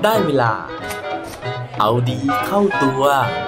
ได้เวลาเอาดีเข้าตัว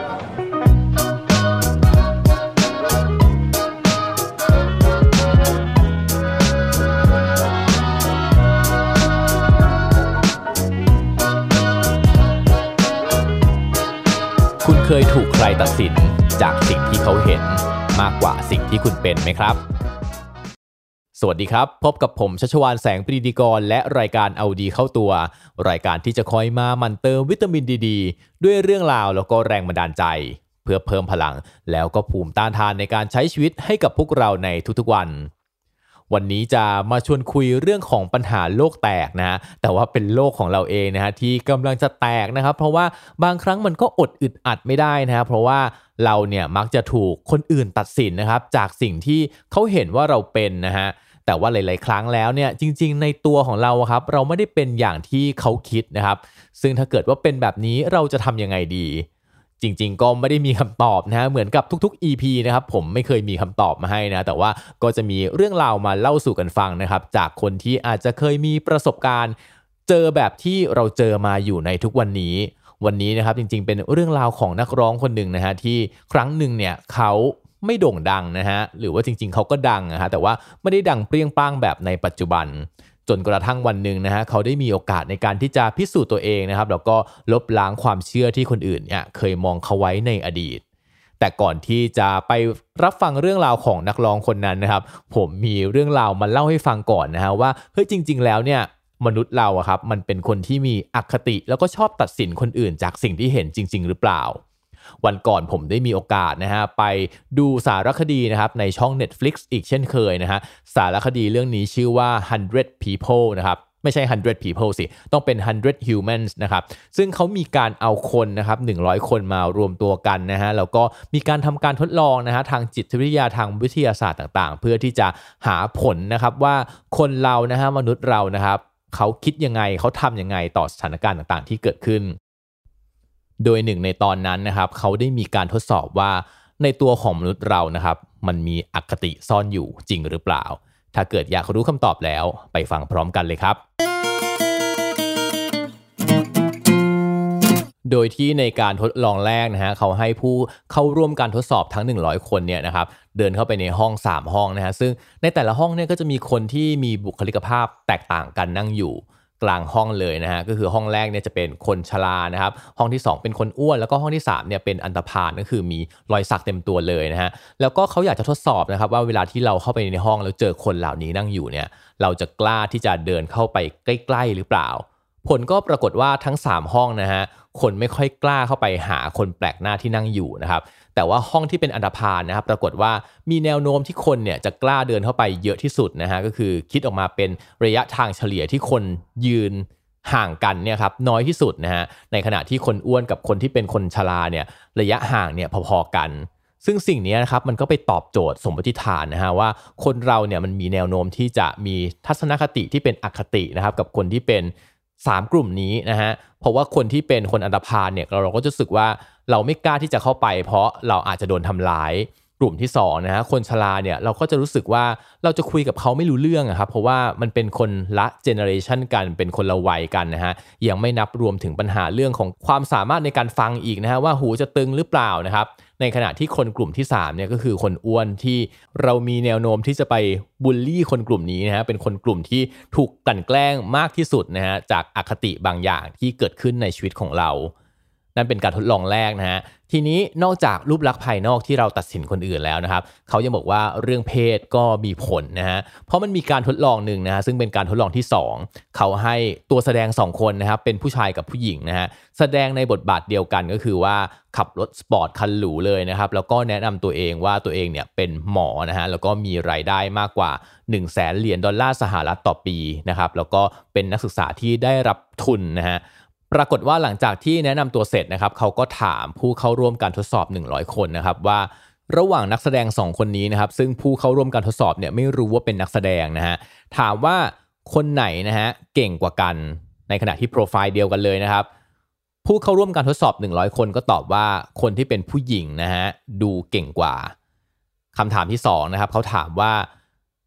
คุณเคยถูกใครตัดสินจากสิ่งที่เขาเห็นมากกว่าสิ่งที่คุณเป็นไหมครับสวัสดีครับพบกับผมชัชวาลแสงปรีดีกรและรายการเอาดีเข้าตัวรายการที่จะคอยมาหมั่นเติมวิตามินดีด้วยเรื่องราวแล้วก็แรงบันดาลใจเพื่อเพิ่มพลังแล้วก็ภูมิต้านทานในการใช้ชีวิตให้กับพวกเราในทุกๆวันนี้จะมาชวนคุยเรื่องของปัญหาโลกแตกนะฮะแต่ว่าเป็นโลกของเราเองนะฮะที่กำลังจะแตกนะครับเพราะว่าบางครั้งมันก็อดอึดอัดไม่ได้นะฮะเพราะว่าเราเนี่ยมักจะถูกคนอื่นตัดสินนะครับจากสิ่งที่เขาเห็นว่าเราเป็นนะฮะแต่ว่าหลายๆครั้งแล้วเนี่ยจริงๆในตัวของเราครับเราไม่ได้เป็นอย่างที่เขาคิดนะครับซึ่งถ้าเกิดว่าเป็นแบบนี้เราจะทำยังไงดีจริงๆก็ไม่ได้มีคำตอบนะฮะเหมือนกับทุกๆ EP นะครับผมไม่เคยมีคำตอบมาให้นะแต่ว่าก็จะมีเรื่องราวมาเล่าสู่กันฟังนะครับจากคนที่อาจจะเคยมีประสบการณ์เจอแบบที่เราเจอมาอยู่ในทุกวันนี้นะครับจริงๆเป็นเรื่องราวของนักร้องคนหนึ่งนะฮะที่ครั้งหนึ่งเนี่ยเขาไม่โด่งดังนะฮะหรือว่าจริงๆเขาก็ดังนะฮะแต่ว่าไม่ได้ดังเปรี้ยงป้างแบบในปัจจุบันจนกระทั่งวันหนึ่งนะฮะเขาได้มีโอกาสในการที่จะพิสูจน์ตัวเองนะครับแล้วก็ลบล้างความเชื่อที่คนอื่นเนี่ยเคยมองเขาไว้ในอดีตแต่ก่อนที่จะไปรับฟังเรื่องราวของนักร้องคนนั้นนะครับผมมีเรื่องราวมาเล่าให้ฟังก่อนนะฮะว่าเฮ้ยจริงๆแล้วเนี่ยมนุษย์เราอะครับมันเป็นคนที่มีอคติแล้วก็ชอบตัดสินคนอื่นจากสิ่งที่เห็นจริงๆหรือเปล่าวันก่อนผมได้มีโอกาสนะฮะไปดูสารคดีนะครับในช่อง Netflix อีกเช่นเคยนะฮะสารคดีเรื่องนี้ชื่อว่า100 People นะครับไม่ใช่100 People สิต้องเป็น100 Humans นะครับซึ่งเขามีการเอาคนนะครับ100คนมารวมตัวกันนะฮะแล้วก็มีการทำการทดลองนะฮะทางจิตวิทยาทางวิทยาศาสตร์ต่างๆเพื่อที่จะหาผลนะครับว่าคนเรานะฮะมนุษย์เรานะครับเขาคิดยังไงเขาทำยังไงต่อสถานการณ์ต่างๆที่เกิดขึ้นโดยหนึ่งในตอนนั้นนะครับเขาได้มีการทดสอบว่าในตัวของมนุษย์เรานะครับมันมีอคติซ่อนอยู่จริงหรือเปล่าถ้าเกิดอยากรู้คำตอบแล้วไปฟังพร้อมกันเลยครับโดยที่ในการทดลองแรกนะฮะเขาให้ผู้เข้าร่วมการทดสอบทั้ง100คนเนี่ยนะครับเดินเข้าไปในห้อง3ห้องนะฮะซึ่งในแต่ละห้องเนี่ยก็จะมีคนที่มีบุคลิกภาพแตกต่างกันนั่งอยู่กลางห้องเลยนะฮะก็คือห้องแรกเนี่ยจะเป็นคนชรานะครับห้องที่2เป็นคนอ้วนแล้วก็ห้องที่3เนี่ยเป็นอันธพาลก็คือมีรอยสักเต็มตัวเลยนะฮะแล้วก็เขาอยากจะทดสอบนะครับว่าเวลาที่เราเข้าไปในห้องแล้วเจอคนเหล่านี้นั่งอยู่เนี่ยเราจะกล้าที่จะเดินเข้าไปใกล้ๆหรือเปล่าผลก็ปรากฏว่าทั้ง3ห้องนะฮะคนไม่ค่อยกล้าเข้าไปหาคนแปลกหน้าที่นั่งอยู่นะครับแต่ว่าห้องที่เป็นอันธพาลนะครับปรากฏว่ามีแนวโน้มที่คนเนี่ยจะกล้าเดินเข้าไปเยอะที่สุดนะฮะก็คือคิดออกมาเป็นระยะทางเฉลี่ยที่คนยืนห่างกันเนี่ยครับน้อยที่สุดนะฮะในขณะที่คนอ้วนกับคนที่เป็นคนชราเนี่ยระยะห่างเนี่ยพอๆกันซึ่งสิ่งนี้นะครับมันก็ไปตอบโจทย์สมมติฐานนะฮะว่าคนเราเนี่ยมันมีแนวโน้มที่จะมีทัศนคติที่เป็นอคตินะครับกับคนที่เป็น3กลุ่มนี้นะฮะเพราะว่าคนที่เป็นคนอันธพาลเนี่ยเราก็จะรู้สึกว่าเราไม่กล้าที่จะเข้าไปเพราะเราอาจจะโดนทำร้ายกลุ่มที่2นะฮะคนชราเนี่ยเราก็จะรู้สึกว่าเราจะคุยกับเขาไม่รู้เรื่องครับเพราะว่ามันเป็นคนละเจเนอเรชันกันเป็นคนละวัยกันนะฮะยังไม่นับรวมถึงปัญหาเรื่องของความสามารถในการฟังอีกนะฮะว่าหูจะตึงหรือเปล่านะครับในขณะที่คนกลุ่มที่3เนี่ยก็คือคนอ้วนที่เรามีแนวโน้มที่จะไปบูลลี่คนกลุ่มนี้นะฮะเป็นคนกลุ่มที่ถูกกลั่นแกล้งมากที่สุดนะฮะจากอคติบางอย่างที่เกิดขึ้นในชีวิตของเรานั่นเป็นการทดลองแรกนะฮะทีนี้นอกจากรูปลักษณ์ภายนอกที่เราตัดสินคนอื่นแล้วนะครับเขายังบอกว่าเรื่องเพศก็มีผลนะฮะเพราะมันมีการทดลองหนึ่งนะฮะซึ่งเป็นการทดลองที่2เขาให้ตัวแสดง2คนนะครับเป็นผู้ชายกับผู้หญิงนะฮะแสดงในบทบาทเดียวกันก็คือว่าขับรถสปอร์ตคันหรูเลยนะครับแล้วก็แนะนำตัวเองว่าตัวเองเนี่ยเป็นหมอนะฮะแล้วก็มีรายได้มากกว่า$100,000ต่อปีนะครับแล้วก็เป็นนักศึกษาที่ได้รับทุนนะฮะปรากฏว่าหลังจากที่แนะนำตัวเสร็จนะครับเขาก็ถามผู้เข้าร่วมการทดสอบ100คนนะครับว่าระหว่างนักแสดง2คนนี้นะครับซึ่งผู้เข้าร่วมการทดสอบเนี่ยไม่รู้ว่าเป็นนักแสดงนะฮะถามว่าคนไหนนะฮะเก่งกว่ากันในขณะที่โปรไฟล์เดียวกันเลยนะครับผู้เข้าร่วมการทดสอบ100คนก็ตอบว่าคนที่เป็นผู้หญิงนะฮะดูเก่งกว่าคำถามที่2นะครับเขาถามว่า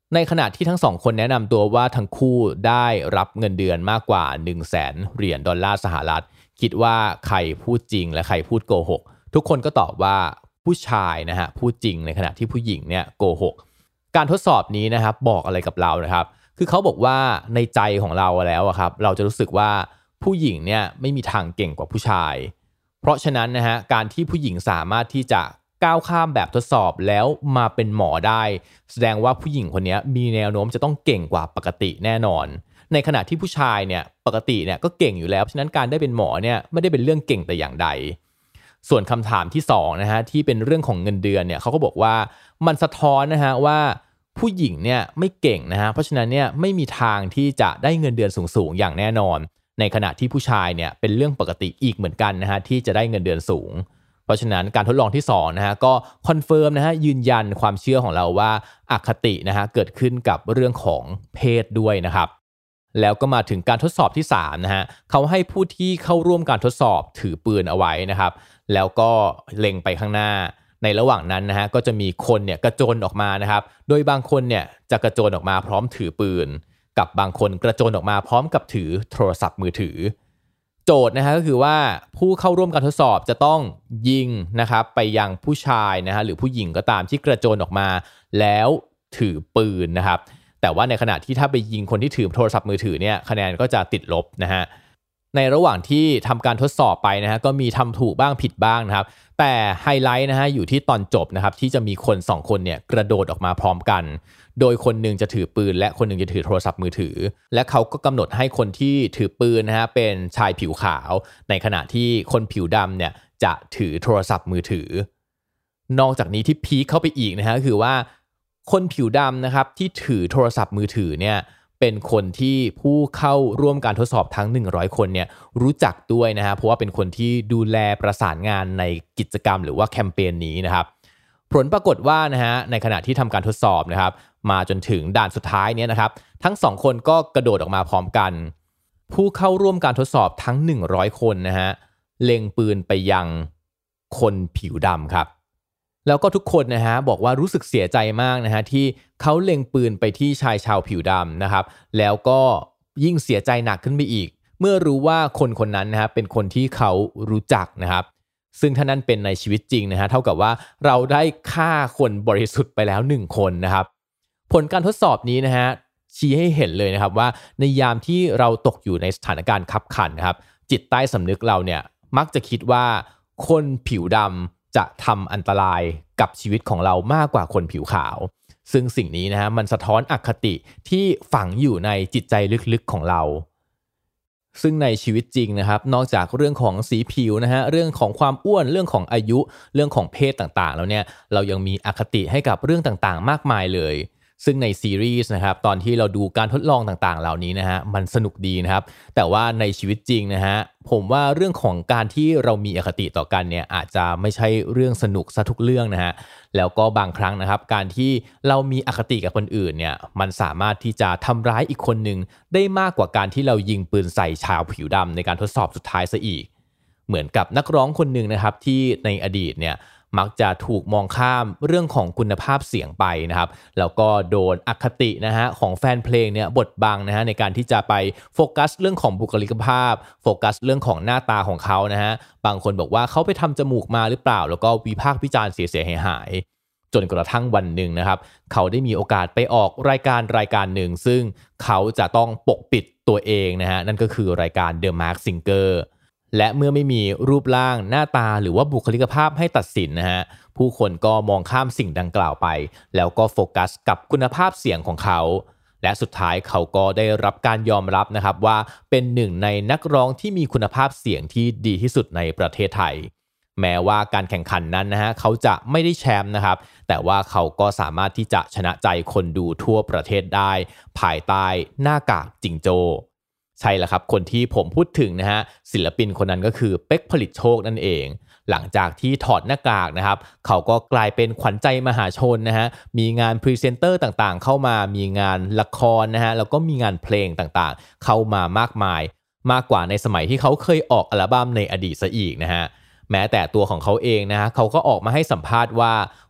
ในขณะที่ทั้งสองคนแนะนำตัวว่าทั้งคู่ได้รับเงินเดือนมากกว่า 100,000 เหรียญดอลลาร์สหรัฐคิดว่าใครพูดจริงและใครพูดโกหกทุกคนก็ตอบว่าผู้ชายนะฮะพูดจริงในขณะที่ผู้หญิงเนี่ยโกหกการทดสอบนี้นะครับบอกอะไรกับเรานะครับคือเขาบอกว่าในใจของเราแล้วครับเราจะรู้สึกว่าผู้หญิงเนี่ยไม่มีทางเก่งกว่าผู้ชายเพราะฉะนั้นนะฮะการที่ผู้หญิงสามารถที่จะก้าวข้ามแบบทดสอบแล้วมาเป็นหมอได้แสดงว่าผู้หญิงคนนี้มีแนวโน้มจะต้องเก่งกว่าปกติแน่นอนในขณะที่ผู้ชายเนี่ยปกติเนี่ยก็เก่งอยู่แล้วฉะนั้นการได้เป็นหมอเนี่ยไม่ได้เป็นเรื่องเก่งแต่อย่างใดส่วนคำถามที่2นะฮะที่เป็นเรื่องของเงินเดือนเนี่ยเขาก็บอกว่ามันสะท้อนนะฮะว่าผู้หญิงเนี่ยไม่เก่งนะฮะเพราะฉะนั้นเนี่ยไม่มีทางที่จะได้เงินเดือนสูงๆอย่างแน่นอนในขณะที่ผู้ชายเนี่ยเป็นเรื่องปกติอีกเหมือนกันนะฮะที่จะได้เงินเดือนสูงเพราะฉะนั้นการทดลองที่2นะฮะก็คอนเฟิร์มนะฮะยืนยันความเชื่อของเราว่าอคตินะฮะเกิดขึ้นกับเรื่องของเพศด้วยนะครับแล้วก็มาถึงการทดสอบที่3นะฮะเขาให้ผู้ที่เข้าร่วมการทดสอบถือปืนเอาไว้นะครับแล้วก็เล็งไปข้างหน้าในระหว่างนั้นนะฮะก็จะมีคนเนี่ยกระโจนออกมานะครับโดยบางคนเนี่ยจะกระโจนออกมาพร้อมถือปืนกับบางคนกระโจนออกมาพร้อมกับถือโทรศัพท์มือถือโจทย์นะฮะก็คือว่าผู้เข้าร่วมการทดสอบจะต้องยิงนะครับไปยังผู้ชายนะฮะหรือผู้หญิงก็ตามที่กระโจนออกมาแล้วถือปืนนะครับแต่ว่าในขณะที่ถ้าไปยิงคนที่ถือโทรศัพท์มือถือเนี่ยคะแนนก็จะติดลบนะฮะในระหว่างที่ทำการทดสอบไปนะฮะก็มีทำถูกบ้างผิดบ้างนะครับแต่ไฮไลท์นะฮะอยู่ที่ตอนจบนะครับที่จะมีคน2คนเนี่ยกระโดดออกมาพร้อมกันโดยคนหนึ่งจะถือปืนและคนหนึ่งจะถือโทรศัพท์มือถือและเขาก็กำหนดให้คนที่ถือปืนนะฮะเป็นชายผิวขาวในขณะที่คนผิวดำเนี่ยจะถือโทรศัพท์มือถือนอกจากนี้ที่พีคเข้าไปอีกนะฮะคือว่าคนผิวดำนะครับที่ถือโทรศัพท์มือถือเนี่ยเป็นคนที่ผู้เข้าร่วมการทดสอบทั้ง100คนเนี่ยรู้จักด้วยนะฮะเพราะว่าเป็นคนที่ดูแลประสานงานในกิจกรรมหรือว่าแคมเปญนี้นะครับผลปรากฏว่านะฮะในขณะที่ทำการทดสอบนะครับมาจนถึงด่านสุดท้ายเนี่ยนะครับทั้ง2คนก็กระโดดออกมาพร้อมกันผู้เข้าร่วมการทดสอบทั้ง100คนนะฮะเล็งปืนไปยังคนผิวดำครับแล้วก็ทุกคนนะฮะบอกว่ารู้สึกเสียใจมากนะฮะที่เขาเล็งปืนไปที่ชายชาวผิวดำนะครับแล้วก็ยิ่งเสียใจหนักขึ้นไปอีกเมื่อรู้ว่าคนคนนั้นนะฮะเป็นคนที่เขารู้จักนะครับซึ่งถ้านั่นเป็นในชีวิตจริงนะฮะเท่ากับว่าเราได้ฆ่าคนบริสุทธิ์ไปแล้ว1คนนะครับผลการทดสอบนี้นะฮะชี้ให้เห็นเลยนะครับว่าในยามที่เราตกอยู่ในสถานการณ์คับขันนะครับจิตใต้สำนึกเราเนี่ยมักจะคิดว่าคนผิวดำจะทำอันตรายกับชีวิตของเรามากกว่าคนผิวขาวซึ่งสิ่งนี้นะฮะมันสะท้อนอคติที่ฝังอยู่ในจิตใจลึกๆของเราซึ่งในชีวิตจริงนะครับนอกจากเรื่องของสีผิวนะฮะเรื่องของความอ้วนเรื่องของอายุเรื่องของเพศต่างๆแล้วเนี่ยเรายังมีอคติให้กับเรื่องต่างๆมากมายเลยซึ่งในซีรีส์นะครับตอนที่เราดูการทดลองต่างๆเหล่านี้นะฮะมันสนุกดีนะครับแต่ว่าในชีวิตจริงนะฮะผมว่าเรื่องของการที่เรามีอคติต่อกันเนี่ยอาจจะไม่ใช่เรื่องสนุกซะทุกเรื่องนะฮะแล้วก็บางครั้งนะครับการที่เรามีอคติกับคนอื่นเนี่ยมันสามารถที่จะทำร้ายอีกคนนึงได้มากกว่าการที่เรายิงปืนใส่ชาวผิวดำในการทดสอบสุดท้ายซะอีกเหมือนกับนักร้องคนหนึ่งนะครับที่ในอดีตเนี่ยมักจะถูกมองข้ามเรื่องของคุณภาพเสียงไปนะครับแล้วก็โดนอคตินะฮะของแฟนเพลงเนี่ยบดบังนะฮะในการที่จะไปโฟกัสเรื่องของบุคลิกภาพโฟกัสเรื่องของหน้าตาของเขานะฮะบางคนบอกว่าเขาไปทำจมูกมาหรือเปล่าแล้วก็วิพากษ์วิจารณ์เสียหายจนกระทั่งวันหนึ่งนะครับเขาได้มีโอกาสไปออกรายการหนึ่งซึ่งเขาจะต้องปกปิดตัวเองนะฮะนั่นก็คือรายการ The Masked Singerและเมื่อไม่มีรูปร่างหน้าตาหรือว่าบุคลิกภาพให้ตัดสินนะฮะผู้คนก็มองข้ามสิ่งดังกล่าวไปแล้วก็โฟกัสกับคุณภาพเสียงของเขาและสุดท้ายเขาก็ได้รับการยอมรับนะครับว่าเป็นหนึ่งในนักร้องที่มีคุณภาพเสียงที่ดีที่สุดในประเทศไทยแม้ว่าการแข่งขันนั้นนะฮะเขาจะไม่ได้แชมป์นะครับแต่ว่าเขาก็สามารถที่จะชนะใจคนดูทั่วประเทศได้ภายใต้หน้ากากจิงโจ้ใช่แล้วครับคนที่ผมพูดถึงนะฮะศิลปินคนนั้นก็คือเป๊กผลิตโชคนั่นเองหลังจากที่ถอดหน้ากากนะครับเขาก็กลายเป็นขวัญใจมหาชนนะฮะมีงานพรีเซนเตอร์ต่างๆเข้ามามีงานละครนะฮะแล้วก็มีงานเพลงต่างๆเข้ามามากมายมากกว่าในสมัยที่เขาเคยออกอัลบั้มในอดีตซะอีกนะฮะแม้แต่ตัวของเขาเองนะฮะเขาก็ออกมาให้สัมภาษณ์ว่า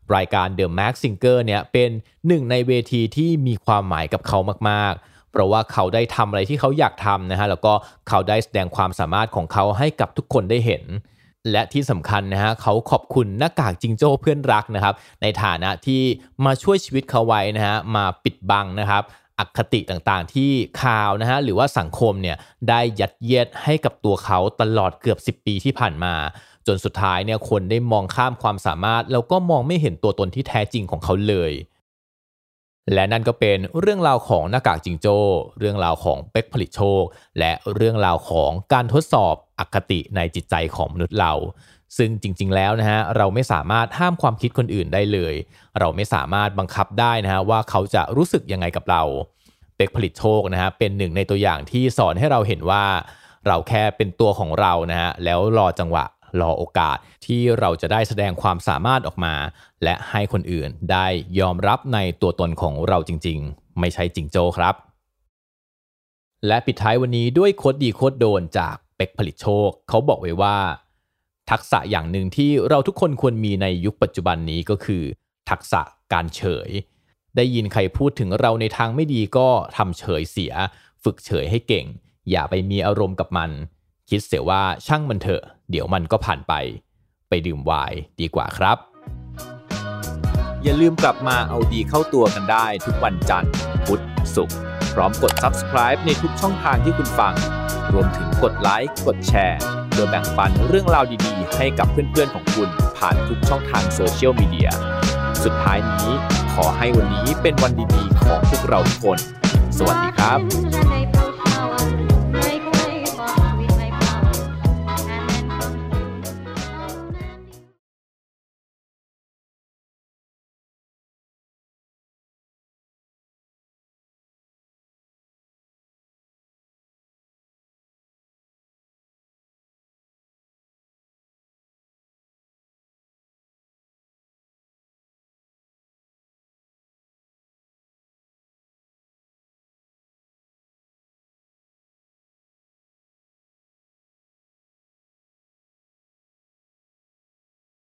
รายการ The Masked Singer เนี่ยเป็นหนึ่งในเวทีที่มีความหมายกับเขามากๆเพราะว่าเขาได้ทำอะไรที่เขาอยากทำนะฮะแล้วก็เขาได้แสดงความสามารถของเขาให้กับทุกคนได้เห็นและที่สำคัญนะฮะเขาขอบคุณหน้ากากจิงโจ้เพื่อนรักนะครับในฐานะที่มาช่วยชีวิตเขาไว้นะฮะมาปิดบังนะครับอคติต่างๆที่ข่าวนะฮะหรือว่าสังคมเนี่ยได้ยัดเยียดให้กับตัวเขาตลอดเกือบ10 ปีที่ผ่านมาจนสุดท้ายเนี่ยคนได้มองข้ามความสามารถแล้วก็มองไม่เห็นตัวตนที่แท้จริงของเขาเลยและนั่นก็เป็นเรื่องราวของหน้ากากจิงโจ้เรื่องราวของเป๊กผลิตโชคและเรื่องราวของการทดสอบอคติในจิตใจของมนุษย์เราซึ่งจริงๆแล้วนะฮะเราไม่สามารถห้ามความคิดคนอื่นได้เลยเราไม่สามารถบังคับได้นะฮะว่าเขาจะรู้สึกยังไงกับเราเป๊กผลิตโชคนะฮะเป็นหนึ่งในตัวอย่างที่สอนให้เราเห็นว่าเราแค่เป็นตัวของเรานะฮะแล้วรอจังหวะรอโอกาสที่เราจะได้แสดงความสามารถออกมาและให้คนอื่นได้ยอมรับในตัวตนของเราจริงๆไม่ใช่จิงโจ้ครับและปิดท้ายวันนี้ด้วยโค้ดดีโค้ดโดนจากเป็กผลิตโชคเขาบอกไว้ว่าทักษะอย่างหนึ่งที่เราทุกคนควรมีในยุคปัจจุบันนี้ก็คือทักษะการเฉยได้ยินใครพูดถึงเราในทางไม่ดีก็ทำเฉยเสียฝึกเฉยให้เก่งอย่าไปมีอารมณ์กับมันคิดเสียว่าช่างมันเถอะเดี๋ยวมันก็ผ่านไปดื่มไวน์ดีกว่าครับอย่าลืมกลับมาเอาดีเข้าตัวกันได้ทุกวันจันทร์พุธศุกร์พร้อมกด Subscribe ในทุกช่องทางที่คุณฟังรวมถึงกดไลค์กดแชร์เพื่อแบ่งปันเรื่องราวดีๆให้กับเพื่อนๆของคุณผ่านทุกช่องทางโซเชียลมีเดียสุดท้ายนี้ขอให้วันนี้เป็นวันดีๆของพวกเราทุกคนสวัสดีครับ